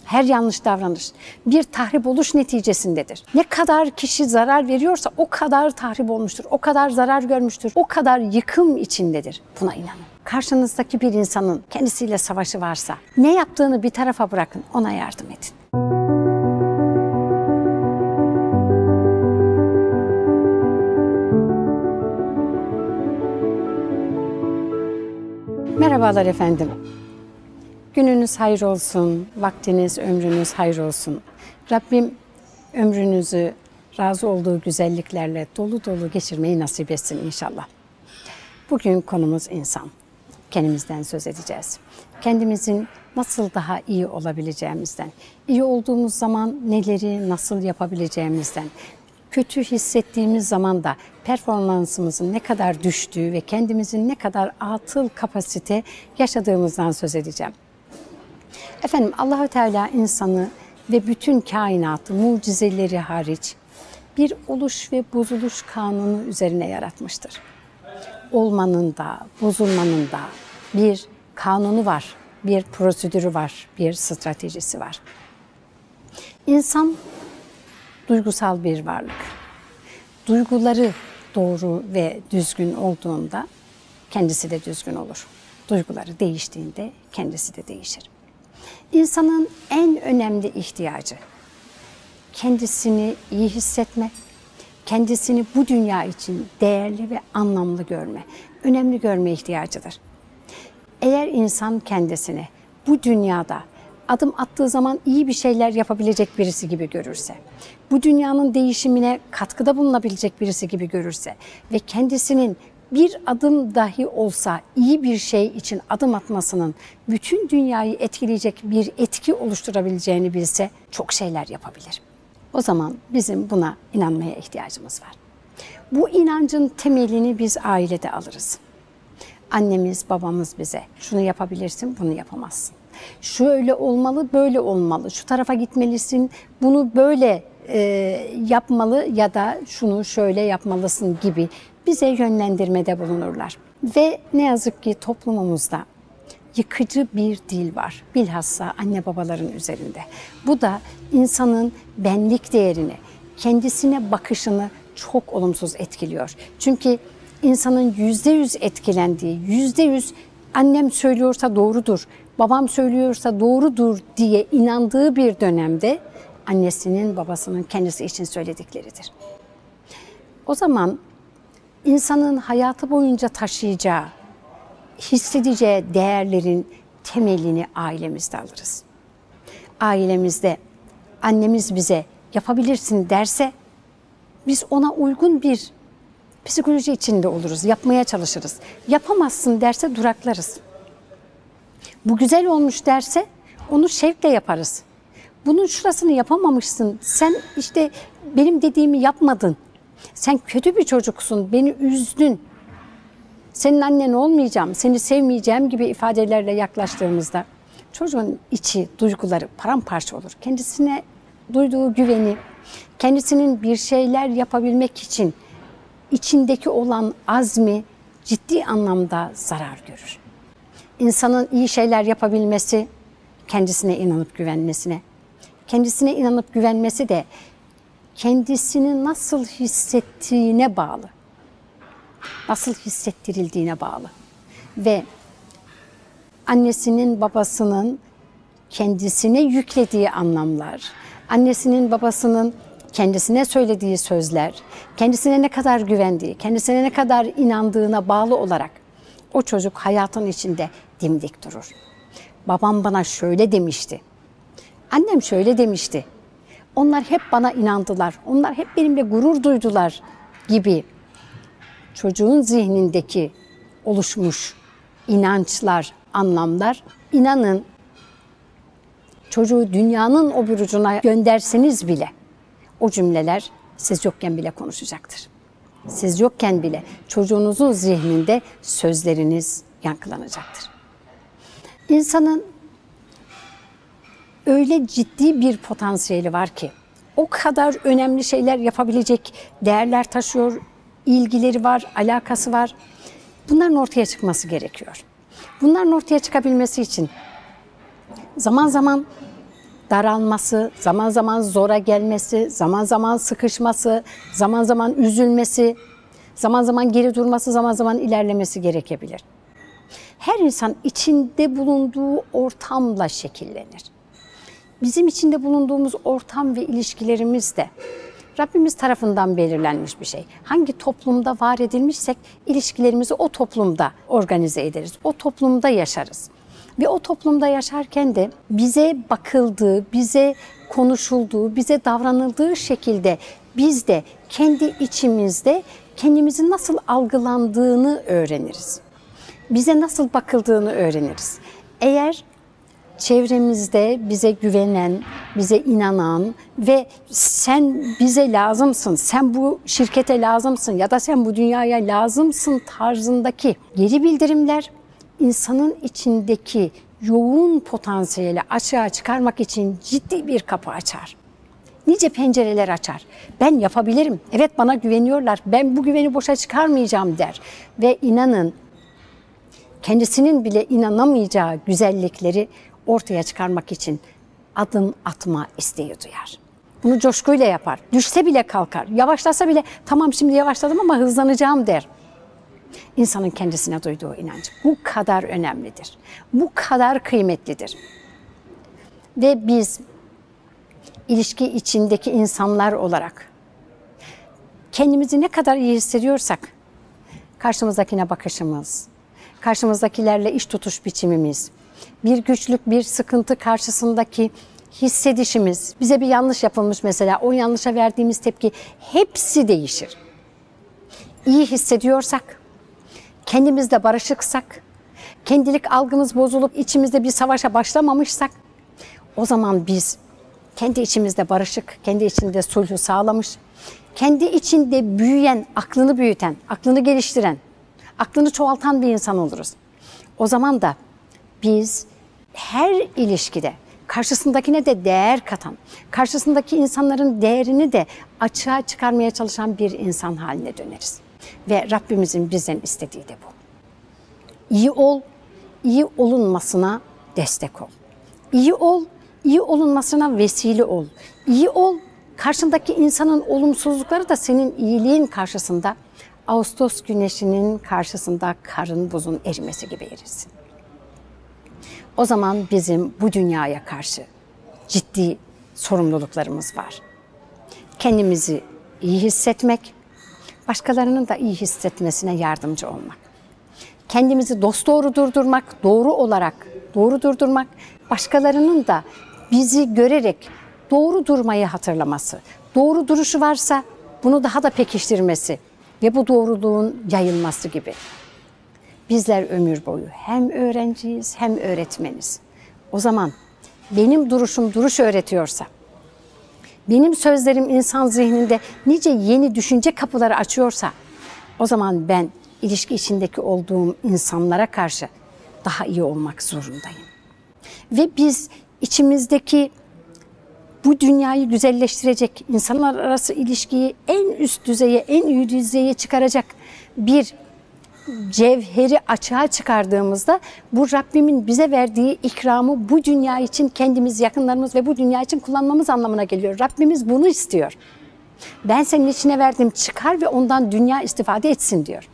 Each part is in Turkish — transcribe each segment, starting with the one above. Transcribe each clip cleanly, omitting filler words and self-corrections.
Her yanlış davranış bir tahrip oluş neticesindedir. Ne kadar kişi zarar veriyorsa o kadar tahrip olmuştur, o kadar zarar görmüştür, o kadar yıkım içindedir. Buna inanın. Karşınızdaki bir insanın kendisiyle savaşı varsa ne yaptığını bir tarafa bırakın, ona yardım edin. Merhabalar efendim. Gününüz hayır olsun, vaktiniz, ömrünüz hayır olsun. Rabbim ömrünüzü razı olduğu güzelliklerle dolu dolu geçirmeyi nasip etsin inşallah. Bugün konumuz insan. Kendimizden söz edeceğiz. Kendimizin nasıl daha iyi olabileceğimizden, iyi olduğumuz zaman neleri nasıl yapabileceğimizden, kötü hissettiğimiz zaman da performansımızın ne kadar düştüğü ve kendimizin ne kadar atıl kapasite yaşadığımızdan söz edeceğim. Efendim Allah-u Teala insanı ve bütün kainatı mucizeleri hariç bir oluş ve bozuluş kanunu üzerine yaratmıştır. Olmanın da, bozulmanın da bir kanunu var, bir prosedürü var, bir stratejisi var. İnsan duygusal bir varlık. Duyguları doğru ve düzgün olduğunda kendisi de düzgün olur. Duyguları değiştiğinde kendisi de değişir. İnsanın en önemli ihtiyacı kendisini iyi hissetme, kendisini bu dünya için değerli ve anlamlı görme, önemli görme ihtiyacıdır. Eğer insan kendisini bu dünyada adım attığı zaman iyi bir şeyler yapabilecek birisi gibi görürse, bu dünyanın değişimine katkıda bulunabilecek birisi gibi görürse ve kendisinin bir adım dahi olsa iyi bir şey için adım atmasının bütün dünyayı etkileyecek bir etki oluşturabileceğini bilse çok şeyler yapabilir. O zaman bizim buna inanmaya ihtiyacımız var. Bu inancın temelini biz ailede alırız. Annemiz, babamız bize şunu yapabilirsin, bunu yapamazsın. Şöyle olmalı, böyle olmalı, şu tarafa gitmelisin, bunu böyle yapmalı ya da şunu şöyle yapmalısın gibi bize yönlendirmede bulunurlar. Ve ne yazık ki toplumumuzda yıkıcı bir dil var, bilhassa anne babaların üzerinde. Bu da insanın benlik değerini, kendisine bakışını çok olumsuz etkiliyor. Çünkü insanın %100 etkilendiği, %100 annem söylüyorsa doğrudur, babam söylüyorsa doğrudur diye inandığı bir dönemde annesinin, babasının kendisi için söyledikleridir. O zaman insanın hayatı boyunca taşıyacağı, hissedeceği değerlerin temelini ailemizde alırız. Ailemizde annemiz bize yapabilirsin derse biz ona uygun bir psikoloji içinde oluruz, yapmaya çalışırız. Yapamazsın derse duraklarız. Bu güzel olmuş derse onu şevkle yaparız. Bunun şurasını yapamamışsın, sen işte benim dediğimi yapmadın. Sen kötü bir çocuksun, beni üzdün. Senin annen olmayacağım, seni sevmeyeceğim gibi ifadelerle yaklaştığımızda çocuğun içi, duyguları paramparça olur. Kendisine duyduğu güveni, kendisinin bir şeyler yapabilmek için içindeki olan azmi ciddi anlamda zarar görür. İnsanın iyi şeyler yapabilmesi, kendisine inanıp güvenmesine, kendisine inanıp güvenmesi de kendisini nasıl hissettiğine bağlı, nasıl hissettirildiğine bağlı. Ve annesinin, babasının kendisine yüklediği anlamlar, annesinin, babasının kendisine söylediği sözler, kendisine ne kadar güvendiği, kendisine ne kadar inandığına bağlı olarak o çocuk hayatın içinde dimdik durur. Babam bana şöyle demişti, annem şöyle demişti, onlar hep bana inandılar, onlar hep benimle gurur duydular gibi çocuğun zihnindeki oluşmuş inançlar, anlamlar, inanın çocuğu dünyanın o bir ucuna gönderseniz bile o cümleler siz yokken bile konuşacaktır. Siz yokken bile çocuğunuzun zihninde sözleriniz yankılanacaktır. İnsanın öyle ciddi bir potansiyeli var ki o kadar önemli şeyler yapabilecek değerler taşıyor, ilgileri var, alakası var. Bunların ortaya çıkması gerekiyor. Bunların ortaya çıkabilmesi için zaman zaman daralması, zaman zaman zora gelmesi, zaman zaman sıkışması, zaman zaman üzülmesi, zaman zaman geri durması, zaman zaman ilerlemesi gerekebilir. Her insan içinde bulunduğu ortamla şekillenir. Bizim içinde bulunduğumuz ortam ve ilişkilerimiz de Rabbimiz tarafından belirlenmiş bir şey. Hangi toplumda var edilmişsek ilişkilerimizi o toplumda organize ederiz. O toplumda yaşarız. Ve o toplumda yaşarken de bize bakıldığı, bize konuşulduğu, bize davranıldığı şekilde biz de kendi içimizde kendimizin nasıl algılandığını öğreniriz. Bize nasıl bakıldığını öğreniriz. Eğer çevremizde bize güvenen, bize inanan ve sen bize lazımsın, sen bu şirkete lazımsın ya da sen bu dünyaya lazımsın tarzındaki geri bildirimler insanın içindeki yoğun potansiyeli açığa çıkarmak için ciddi bir kapı açar. Nice pencereler açar. Ben yapabilirim, evet bana güveniyorlar, ben bu güveni boşa çıkarmayacağım der. Ve inanın kendisinin bile inanamayacağı güzellikleri ortaya çıkarmak için adım atma isteği duyar. Bunu coşkuyla yapar. Düşse bile kalkar. Yavaşlasa bile tamam şimdi yavaşladım ama hızlanacağım der. İnsanın kendisine duyduğu inanç bu kadar önemlidir. Bu kadar kıymetlidir. Ve biz ilişki içindeki insanlar olarak kendimizi ne kadar iyi hissediyorsak karşımızdakine bakışımız, karşımızdakilerle iş tutuş biçimimiz, bir güçlük, bir sıkıntı karşısındaki hissedişimiz, bize bir yanlış yapılmış mesela, o yanlışa verdiğimiz tepki hepsi değişir. İyi hissediyorsak, kendimizle barışıksak, kendilik algımız bozulup içimizde bir savaşa başlamamışsak, o zaman biz kendi içimizde barışık, kendi içinde sulhu sağlamış, kendi içinde büyüyen, aklını büyüten, aklını geliştiren, aklını çoğaltan bir insan oluruz. O zaman da biz her ilişkide karşısındakine de değer katan, karşısındaki insanların değerini de açığa çıkarmaya çalışan bir insan haline döneriz. Ve Rabbimizin bizden istediği de bu. İyi ol, iyi olunmasına destek ol. İyi ol, iyi olunmasına vesile ol. İyi ol, karşındaki insanın olumsuzlukları da senin iyiliğin karşısında, Ağustos güneşinin karşısında karın buzun erimesi gibi erisin. O zaman bizim bu dünyaya karşı ciddi sorumluluklarımız var. Kendimizi iyi hissetmek, başkalarının da iyi hissetmesine yardımcı olmak. Kendimizi dosdoğru durdurmak, doğru olarak doğru durdurmak, başkalarının da bizi görerek doğru durmayı hatırlaması, doğru duruşu varsa bunu daha da pekiştirmesi ve bu doğruluğun yayılması gibi. Bizler ömür boyu hem öğrenciyiz hem öğretmeniz. O zaman benim duruşum duruş öğretiyorsa, benim sözlerim insan zihninde nice yeni düşünce kapıları açıyorsa, o zaman ben ilişki içindeki olduğum insanlara karşı daha iyi olmak zorundayım. Ve biz içimizdeki bu dünyayı güzelleştirecek, insanlar arası ilişkiyi en üst düzeye, en iyi düzeye çıkaracak bir cevheri açığa çıkardığımızda bu Rabbimin bize verdiği ikramı bu dünya için kendimiz, yakınlarımız ve bu dünya için kullanmamız anlamına geliyor. Rabbimiz bunu istiyor. Ben senin içine verdim, çıkar ve ondan dünya istifade etsin diyor.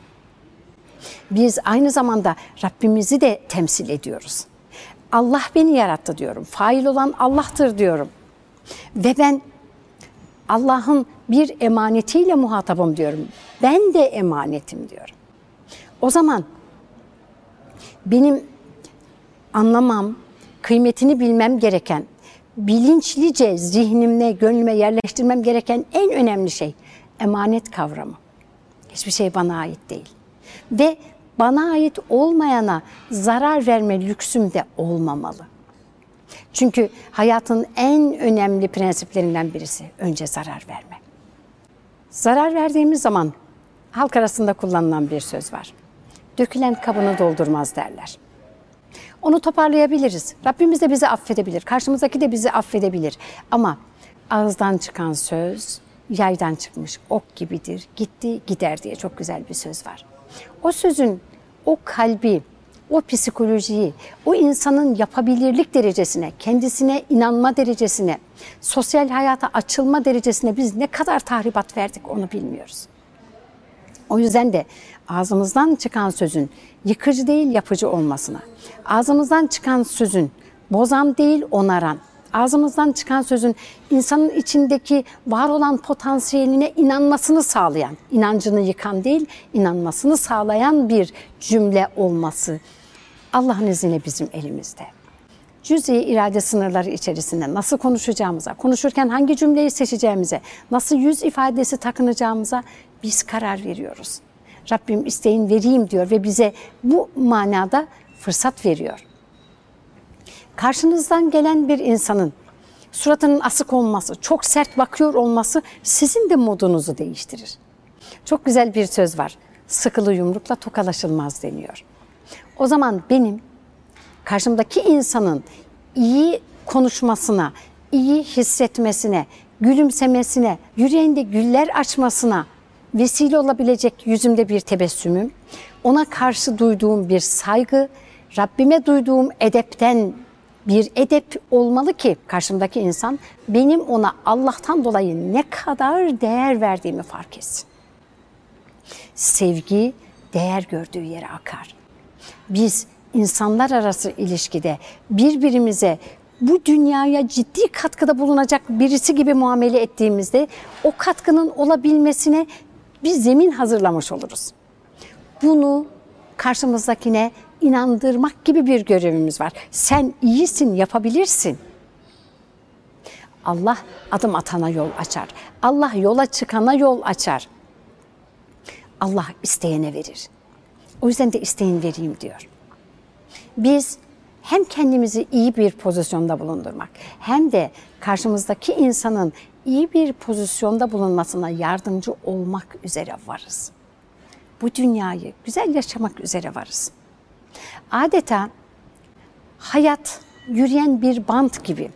Biz aynı zamanda Rabbimizi de temsil ediyoruz. Allah beni yarattı diyorum. Fail olan Allah'tır diyorum. Ve ben Allah'ın bir emanetiyle muhatabım diyorum. Ben de emanetim diyorum. O zaman benim anlamam, kıymetini bilmem gereken, bilinçlice zihnimle, gönlüme yerleştirmem gereken en önemli şey emanet kavramı. Hiçbir şey bana ait değil. Ve bana ait olmayana zarar verme lüksüm de olmamalı. Çünkü hayatın en önemli prensiplerinden birisi önce zarar verme. Zarar verdiğimiz zaman halk arasında kullanılan bir söz var. Dökülen kabını doldurmaz derler. Onu toparlayabiliriz. Rabbimiz de bizi affedebilir. Karşımızdaki de bizi affedebilir. Ama ağızdan çıkan söz yaydan çıkmış ok gibidir. Gitti gider diye çok güzel bir söz var. O sözün o kalbi, o psikolojiyi, o insanın yapabilirlik derecesine, kendisine inanma derecesine, sosyal hayata açılma derecesine biz ne kadar tahribat verdik onu bilmiyoruz. O yüzden de ağzımızdan çıkan sözün yıkıcı değil yapıcı olmasına, ağzımızdan çıkan sözün bozan değil onaran, ağzımızdan çıkan sözün insanın içindeki var olan potansiyeline inanmasını sağlayan, inancını yıkan değil, inanmasını sağlayan bir cümle olması Allah'ın izniyle bizim elimizde. Cüz-i irade sınırları içerisinde nasıl konuşacağımıza, konuşurken hangi cümleyi seçeceğimize, nasıl yüz ifadesi takınacağımıza biz karar veriyoruz. Rabbim isteyin vereyim diyor ve bize bu manada fırsat veriyor. Karşınızdan gelen bir insanın suratının asık olması, çok sert bakıyor olması sizin de modunuzu değiştirir. Çok güzel bir söz var. Sıkılı yumrukla tokalaşılmaz deniyor. O zaman benim karşımdaki insanın iyi konuşmasına, iyi hissetmesine, gülümsemesine, yüreğinde güller açmasına vesile olabilecek yüzümde bir tebessümüm, ona karşı duyduğum bir saygı, Rabbime duyduğum edepten bir edep olmalı ki karşımdaki insan benim ona Allah'tan dolayı ne kadar değer verdiğimi fark etsin. Sevgi değer gördüğü yere akar. Biz insanlar arası ilişkide birbirimize bu dünyaya ciddi katkıda bulunacak birisi gibi muamele ettiğimizde o katkının olabilmesine bir zemin hazırlamış oluruz. Bunu karşımızdakine inandırmak gibi bir görevimiz var. Sen iyisin, yapabilirsin. Allah adım atana yol açar. Allah yola çıkana yol açar. Allah isteyene verir. O yüzden de isteyin vereyim diyor. Biz hem kendimizi iyi bir pozisyonda bulundurmak hem de karşımızdaki insanın iyi bir pozisyonda bulunmasına yardımcı olmak üzere varız. Bu dünyayı güzel yaşamak üzere varız. Adeta hayat yürüyen bir bant gibi.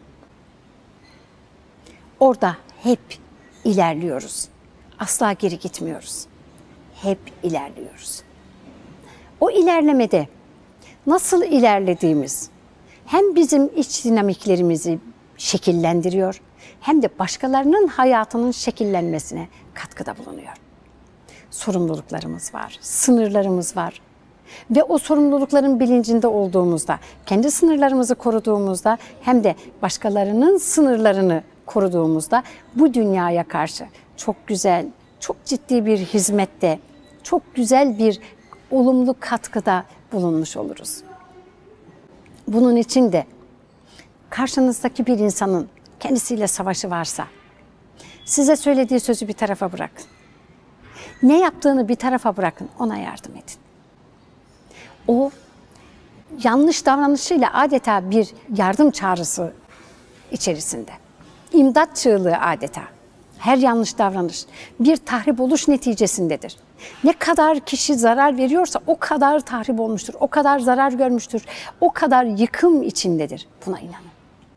Orada hep ilerliyoruz. Asla geri gitmiyoruz. Hep ilerliyoruz. O ilerlemede nasıl ilerlediğimiz hem bizim iç dinamiklerimizi şekillendiriyor hem de başkalarının hayatının şekillenmesine katkıda bulunuyor. Sorumluluklarımız var, sınırlarımız var. Ve o sorumlulukların bilincinde olduğumuzda, kendi sınırlarımızı koruduğumuzda hem de başkalarının sınırlarını koruduğumuzda bu dünyaya karşı çok güzel, çok ciddi bir hizmette, çok güzel bir olumlu katkıda bulunmuş oluruz. Bunun için de karşınızdaki bir insanın kendisiyle savaşı varsa size söylediği sözü bir tarafa bırakın. Ne yaptığını bir tarafa bırakın, ona yardım edin. O yanlış davranışıyla adeta bir yardım çağrısı içerisinde. İmdat çığlığı adeta. Her yanlış davranış bir tahrip oluş neticesindedir. Ne kadar kişi zarar veriyorsa o kadar tahrip olmuştur, o kadar zarar görmüştür, o kadar yıkım içindedir. Buna inanın.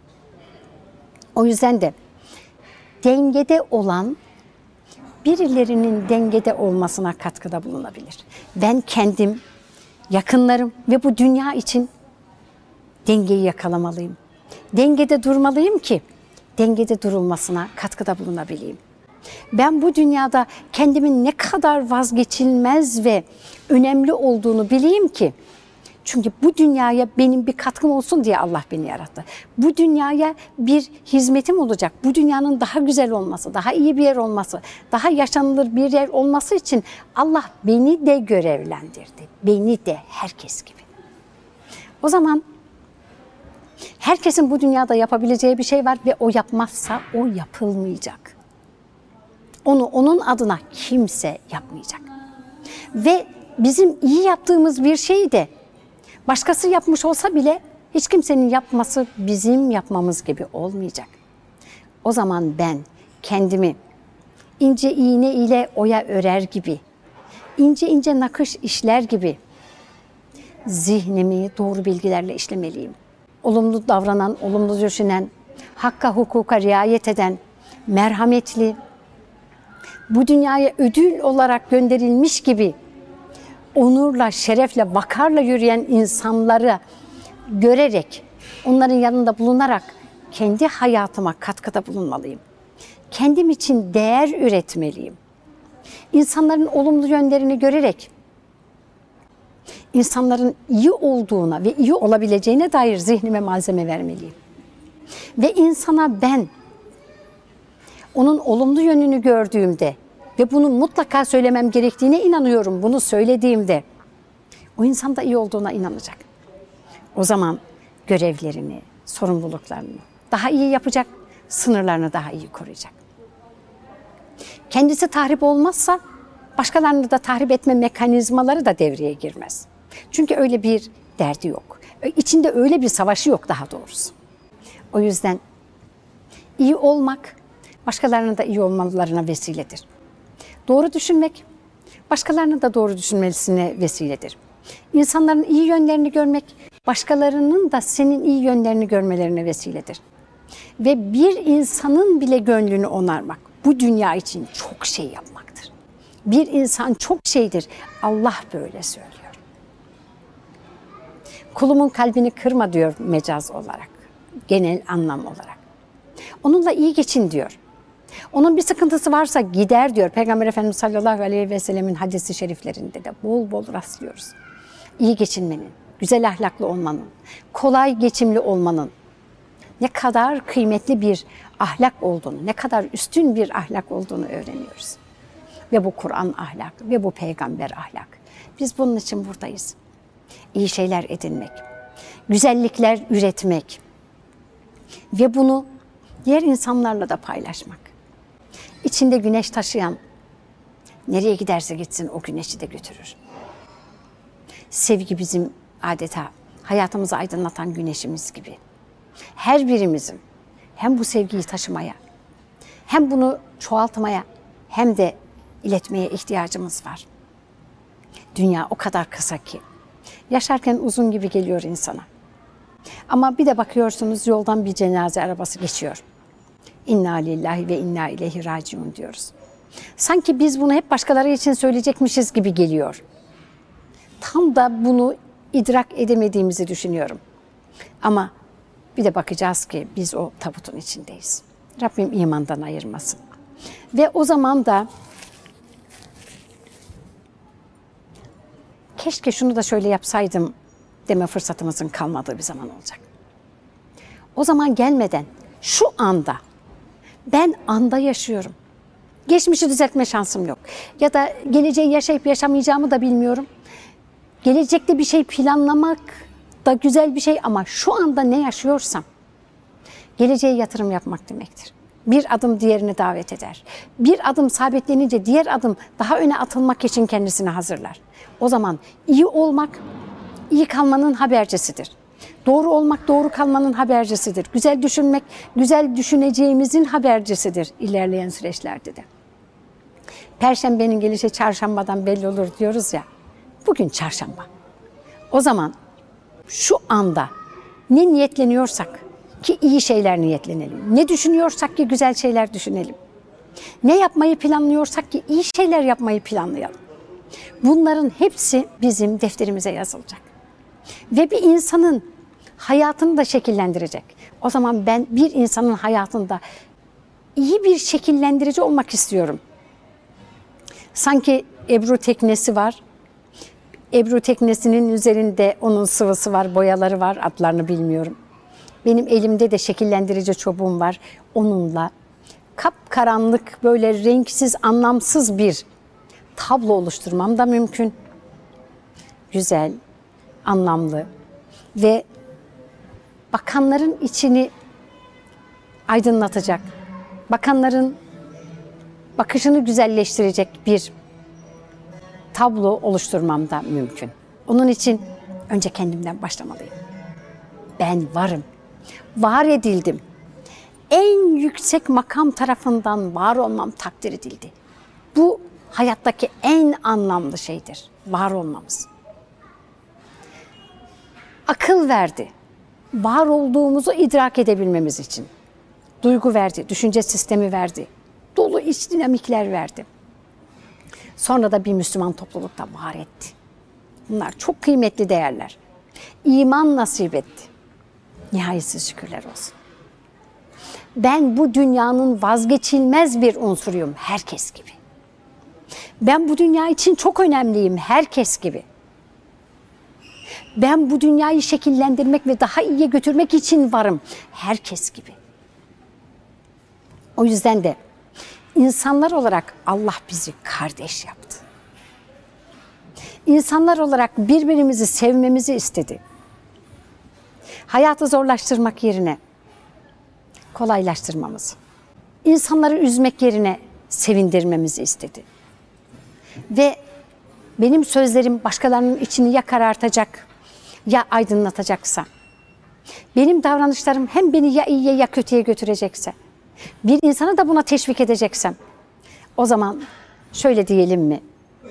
O yüzden de dengede olan birilerinin dengede olmasına katkıda bulunabilir. Ben kendim, yakınlarım ve bu dünya için dengeyi yakalamalıyım. Dengede durmalıyım ki dengede durulmasına katkıda bulunabileyim. Ben bu dünyada kendimin ne kadar vazgeçilmez ve önemli olduğunu bileyim ki, çünkü bu dünyaya benim bir katkım olsun diye Allah beni yarattı. Bu dünyaya bir hizmetim olacak. Bu dünyanın daha güzel olması, daha iyi bir yer olması, daha yaşanılır bir yer olması için Allah beni de görevlendirdi. Beni de herkes gibi. O zaman herkesin bu dünyada yapabileceği bir şey var ve o yapmazsa o yapılmayacak. Onu onun adına kimse yapmayacak. Ve bizim iyi yaptığımız bir şeyi de başkası yapmış olsa bile hiç kimsenin yapması bizim yapmamız gibi olmayacak. O zaman ben kendimi ince iğne ile oya örer gibi, ince ince nakış işler gibi zihnimi doğru bilgilerle işlemeliyim. Olumlu davranan, olumlu düşünen, hakka hukuka riayet eden, merhametli, bu dünyaya ödül olarak gönderilmiş gibi onurla, şerefle, vakarla yürüyen insanları görerek, onların yanında bulunarak kendi hayatıma katkıda bulunmalıyım. Kendim için değer üretmeliyim. İnsanların olumlu yönlerini görerek, insanların iyi olduğuna ve iyi olabileceğine dair zihnime malzeme vermeliyim. Ve insana ben onun olumlu yönünü gördüğümde ve bunu mutlaka söylemem gerektiğine inanıyorum, bunu söylediğimde o insan da iyi olduğuna inanacak. O zaman görevlerini, sorumluluklarını daha iyi yapacak, sınırlarını daha iyi koruyacak. Kendisi tahrip olmazsa başkalarını da tahrip etme mekanizmaları da devreye girmez. Çünkü öyle bir derdi yok. İçinde öyle bir savaşı yok daha doğrusu. O yüzden iyi olmak başkalarının da iyi olmalarına vesiledir. Doğru düşünmek başkalarının da doğru düşünmesine vesiledir. İnsanların iyi yönlerini görmek başkalarının da senin iyi yönlerini görmelerine vesiledir. Ve bir insanın bile gönlünü onarmak bu dünya için çok şey yapmaktır. Bir insan çok şeydir. Allah böyle söylüyor. Kulumun kalbini kırma diyor mecaz olarak, genel anlam olarak. Onunla iyi geçin diyor. Onun bir sıkıntısı varsa gider diyor. Peygamber Efendimiz sallallahu aleyhi ve sellemin hadis-i şeriflerinde de bol bol rastlıyoruz. İyi geçinmenin, güzel ahlaklı olmanın, kolay geçimli olmanın ne kadar kıymetli bir ahlak olduğunu, ne kadar üstün bir ahlak olduğunu öğreniyoruz. Ve bu Kur'an ahlak ve bu peygamber ahlak. Biz bunun için buradayız. İyi şeyler edinmek, güzellikler üretmek ve bunu diğer insanlarla da paylaşmak. İçinde güneş taşıyan nereye giderse gitsin o güneşi de götürür. Sevgi bizim adeta hayatımızı aydınlatan güneşimiz gibi. Her birimizin hem bu sevgiyi taşımaya, hem bunu çoğaltmaya, hem de iletmeye ihtiyacımız var. Dünya o kadar kısa ki, yaşarken uzun gibi geliyor insana. Ama bir de bakıyorsunuz yoldan bir cenaze arabası geçiyor. İnna lillahi ve inna ileyhi raciun diyoruz. Sanki biz bunu hep başkaları için söyleyecekmişiz gibi geliyor. Tam da bunu idrak edemediğimizi düşünüyorum. Ama bir de bakacağız ki biz o tabutun içindeyiz. Rabbim imandan ayırmasın. Ve o zaman da keşke şunu da şöyle yapsaydım deme fırsatımızın kalmadığı bir zaman olacak. O zaman gelmeden şu anda ben anda yaşıyorum. Geçmişi düzeltme şansım yok. Ya da geleceği yaşayıp yaşamayacağımı da bilmiyorum. Gelecekte bir şey planlamak da güzel bir şey ama şu anda ne yaşıyorsam geleceğe yatırım yapmak demektir. Bir adım diğerini davet eder. Bir adım sabitlenince diğer adım daha öne atılmak için kendisini hazırlar. O zaman iyi olmak, iyi kalmanın habercisidir. Doğru olmak, doğru kalmanın habercisidir. Güzel düşünmek, güzel düşüneceğimizin habercisidir ilerleyen süreçlerde de. Perşembenin gelişi çarşambadan belli olur diyoruz ya. Bugün çarşamba. O zaman şu anda ne niyetleniyorsak ki iyi şeyler niyetlenelim. Ne düşünüyorsak ki güzel şeyler düşünelim. Ne yapmayı planlıyorsak ki iyi şeyler yapmayı planlayalım. Bunların hepsi bizim defterimize yazılacak. Ve bir insanın hayatını da şekillendirecek. O zaman ben bir insanın hayatında iyi bir şekillendirici olmak istiyorum. Sanki Ebru teknesi var. Ebru teknesinin üzerinde onun sıvısı var, boyaları var, adlarını bilmiyorum. Benim elimde de şekillendirici çubuğum var. Onunla kapkaranlık, böyle renksiz, anlamsız bir tablo oluşturmam da mümkün. Güzel, anlamlı ve bakanların içini aydınlatacak, bakanların bakışını güzelleştirecek bir tablo oluşturmam da mümkün. Onun için önce kendimden başlamalıyım. Ben varım, var edildim. En yüksek makam tarafından var olmam takdir edildi. Bu hayattaki en anlamlı şeydir, var olmamız. Akıl verdi, var olduğumuzu idrak edebilmemiz için. Duygu verdi, düşünce sistemi verdi, dolu iç dinamikler verdi. Sonra da bir Müslüman toplulukta var etti. Bunlar çok kıymetli değerler. İman nasip etti. Nihayetsiz şükürler olsun. Ben bu dünyanın vazgeçilmez bir unsuruyum herkes gibi. Ben bu dünya için çok önemliyim herkes gibi. Ben bu dünyayı şekillendirmek ve daha iyiye götürmek için varım herkes gibi. O yüzden de insanlar olarak Allah bizi kardeş yaptı. İnsanlar olarak birbirimizi sevmemizi istedi. Hayatı zorlaştırmak yerine kolaylaştırmamızı, insanları üzmek yerine sevindirmemizi istedi. Ve benim sözlerim başkalarının içini ya karartacak ya aydınlatacaksa, benim davranışlarım hem beni ya iyiye ya kötüye götürecekse, bir insanı da buna teşvik edeceksem, o zaman şöyle diyelim mi?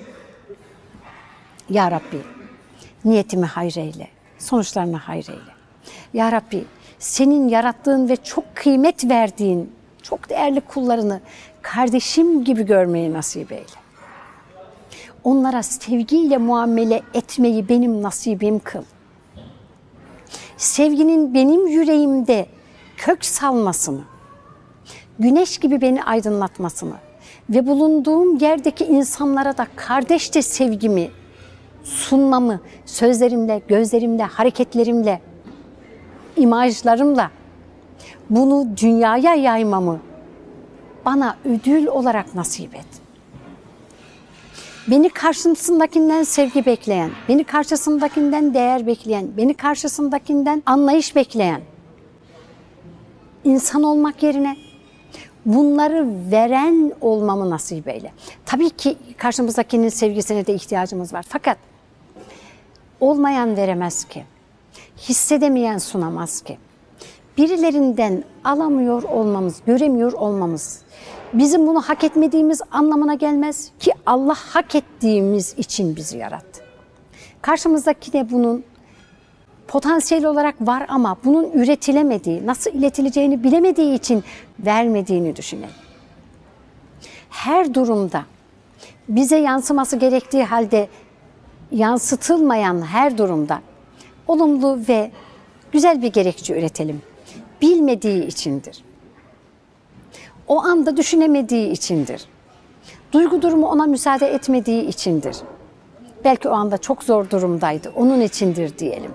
Ya Rabbi, niyetimi hayır eyle, sonuçlarını hayır eyle. Ya Rabbi, senin yarattığın ve çok kıymet verdiğin çok değerli kullarını kardeşim gibi görmeyi nasip eyle. Onlara sevgiyle muamele etmeyi benim nasibim kıl. Sevginin benim yüreğimde kök salmasını, güneş gibi beni aydınlatmasını ve bulunduğum yerdeki insanlara da kardeşçe sevgimi sunmamı sözlerimle, gözlerimle, hareketlerimle, imajlarımla bunu dünyaya yaymamı bana ödül olarak nasip et. Beni karşısındakinden sevgi bekleyen, beni karşısındakinden değer bekleyen, beni karşısındakinden anlayış bekleyen insan olmak yerine bunları veren olmamı nasip eyle. Tabii ki karşımızdakinin sevgisine de ihtiyacımız var. Fakat olmayan veremez ki, hissedemeyen sunamaz ki. Birilerinden alamıyor olmamız, göremiyor olmamız bizim bunu hak etmediğimiz anlamına gelmez ki Allah hak ettiğimiz için bizi yarattı. Karşımızdaki de bunun potansiyel olarak var ama bunun üretilemediği, nasıl iletileceğini bilemediği için vermediğini düşünelim. Her durumda bize yansıması gerektiği halde yansıtılmayan her durumda olumlu ve güzel bir gerekçe üretelim. Bilmediği içindir. O anda düşünemediği içindir. Duygu durumu ona müsaade etmediği içindir. Belki o anda çok zor durumdaydı, onun içindir diyelim.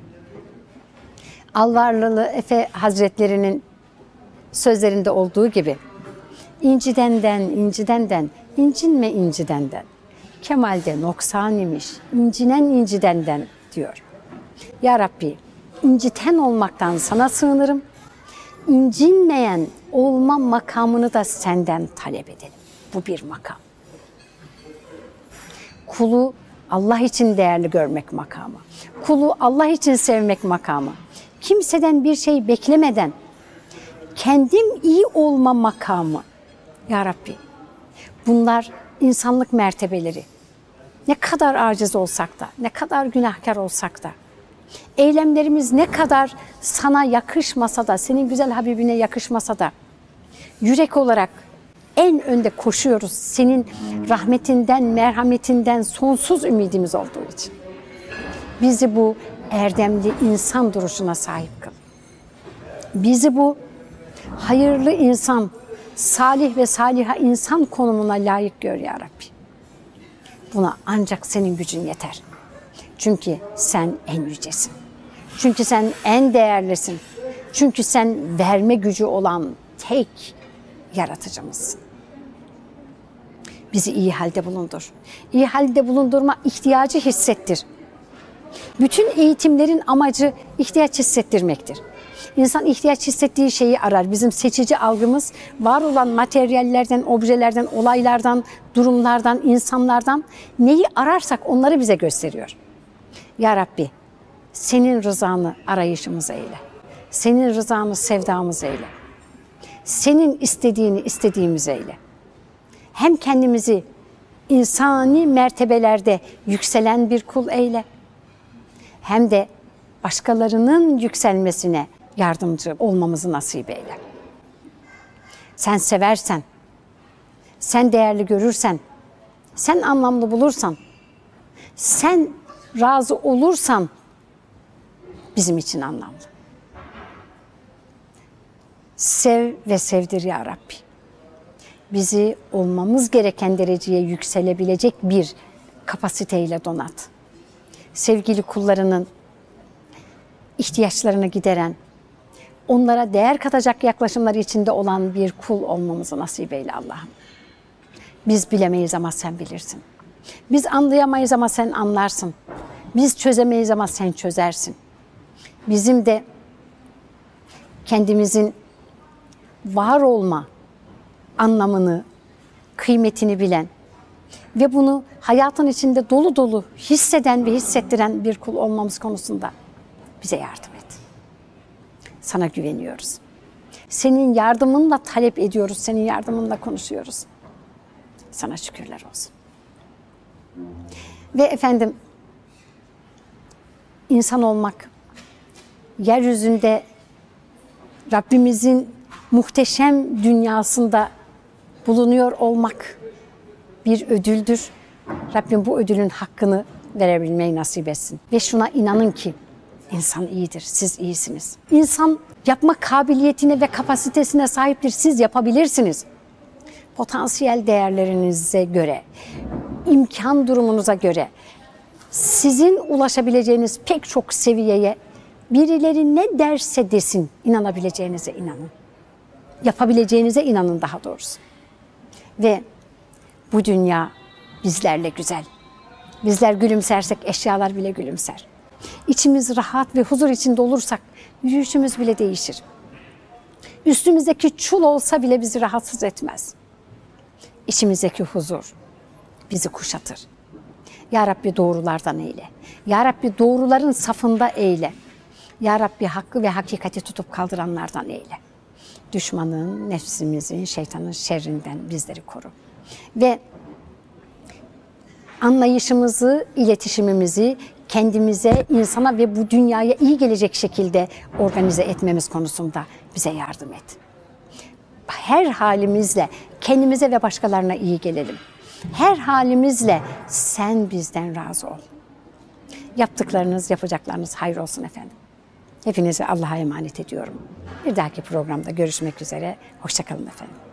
Alvarlılı Efe Hazretleri'nin sözlerinde olduğu gibi incidenden, incinme incidenden. Kemalde noksan imiş, incinen incidenden diyor. Ya Rabbi, inciten olmaktan sana sığınırım. İncinmeyen olma makamını da senden talep edelim. Bu bir makam. Kulu Allah için değerli görmek makamı. Kulu Allah için sevmek makamı. Kimseden bir şey beklemeden kendim iyi olma makamı. Ya Rabbi, bunlar insanlık mertebeleri. Ne kadar aciz olsak da, ne kadar günahkar olsak da, eylemlerimiz ne kadar sana yakışmasa da, senin güzel Habibine yakışmasa da, yürek olarak en önde koşuyoruz senin rahmetinden, merhametinden sonsuz ümidimiz olduğu için. Bizi bu erdemli insan duruşuna sahip kıl. Bizi bu hayırlı insan, salih ve saliha insan konumuna layık gör ya Rabbi. Buna ancak senin gücün yeter. Çünkü sen en yücesin. Çünkü sen en değerlisin. Çünkü sen verme gücü olan tek yaratıcımızsın. Bizi iyi halde bulundur. İyi halde bulundurma ihtiyacı hissettir. Bütün eğitimlerin amacı ihtiyaç hissettirmektir. İnsan ihtiyaç hissettiği şeyi arar. Bizim seçici algımız var olan materyallerden, objelerden, olaylardan, durumlardan, insanlardan neyi ararsak onları bize gösteriyor. Ya Rabbi, senin rızanı arayışımız eyle. Senin rızanı sevdamız eyle. Senin istediğini istediğimiz eyle. Hem kendimizi insani mertebelerde yükselen bir kul eyle. Hem de başkalarının yükselmesine yardımcı olmamızı nasip eyle. Sen seversen, sen değerli görürsen, sen anlamlı bulursan, sen razı olursan bizim için anlamlı. Sev ve sevdir ya Rabbi. Bizi olmamız gereken dereceye yükselebilecek bir kapasiteyle donat. Sevgili kullarının ihtiyaçlarını gideren, onlara değer katacak yaklaşımları içinde olan bir kul olmamızı nasip eyle Allah'ım. Biz bilemeyiz ama sen bilirsin. Biz anlayamayız ama sen anlarsın. Biz çözemeyiz ama sen çözersin. Bizim de kendimizin var olma anlamını, kıymetini bilen ve bunu hayatın içinde dolu dolu hisseden ve hissettiren bir kul olmamız konusunda bize yardım et. Sana güveniyoruz. Senin yardımınla talep ediyoruz, senin yardımınla konuşuyoruz. Sana şükürler olsun. Ve efendim, insan olmak, yeryüzünde Rabbimizin muhteşem dünyasında bulunuyor olmak bir ödüldür. Rabbim bu ödülün hakkını verebilmeyi nasip etsin. Ve şuna inanın ki insan iyidir, siz iyisiniz. İnsan yapma kabiliyetine ve kapasitesine sahiptir, siz yapabilirsiniz. Potansiyel değerlerinize göre, imkan durumunuza göre sizin ulaşabileceğiniz pek çok seviyeye birileri ne derse desin inanabileceğinize inanın. Yapabileceğinize inanın daha doğrusu. Ve bu dünya bizlerle güzel. Bizler gülümsersek eşyalar bile gülümser. İçimiz rahat ve huzur içinde olursak yürüyüşümüz bile değişir. Üstümüzdeki çul olsa bile bizi rahatsız etmez. İçimizdeki huzur bizi kuşatır. Ya Rabbi doğrulardan eyle. Ya Rabbi doğruların safında eyle. Ya Rabbi hakkı ve hakikati tutup kaldıranlardan eyle. Düşmanın, nefsimizin, şeytanın şerrinden bizleri koru. Ve anlayışımızı, iletişimimizi kendimize, insana ve bu dünyaya iyi gelecek şekilde organize etmemiz konusunda bize yardım et. Her halimizle kendimize ve başkalarına iyi gelelim. Her halimizle sen bizden razı ol. Yaptıklarınız, yapacaklarınız hayır olsun efendim. Hepinizi Allah'a emanet ediyorum. Bir dahaki programda görüşmek üzere. Hoşça kalın efendim.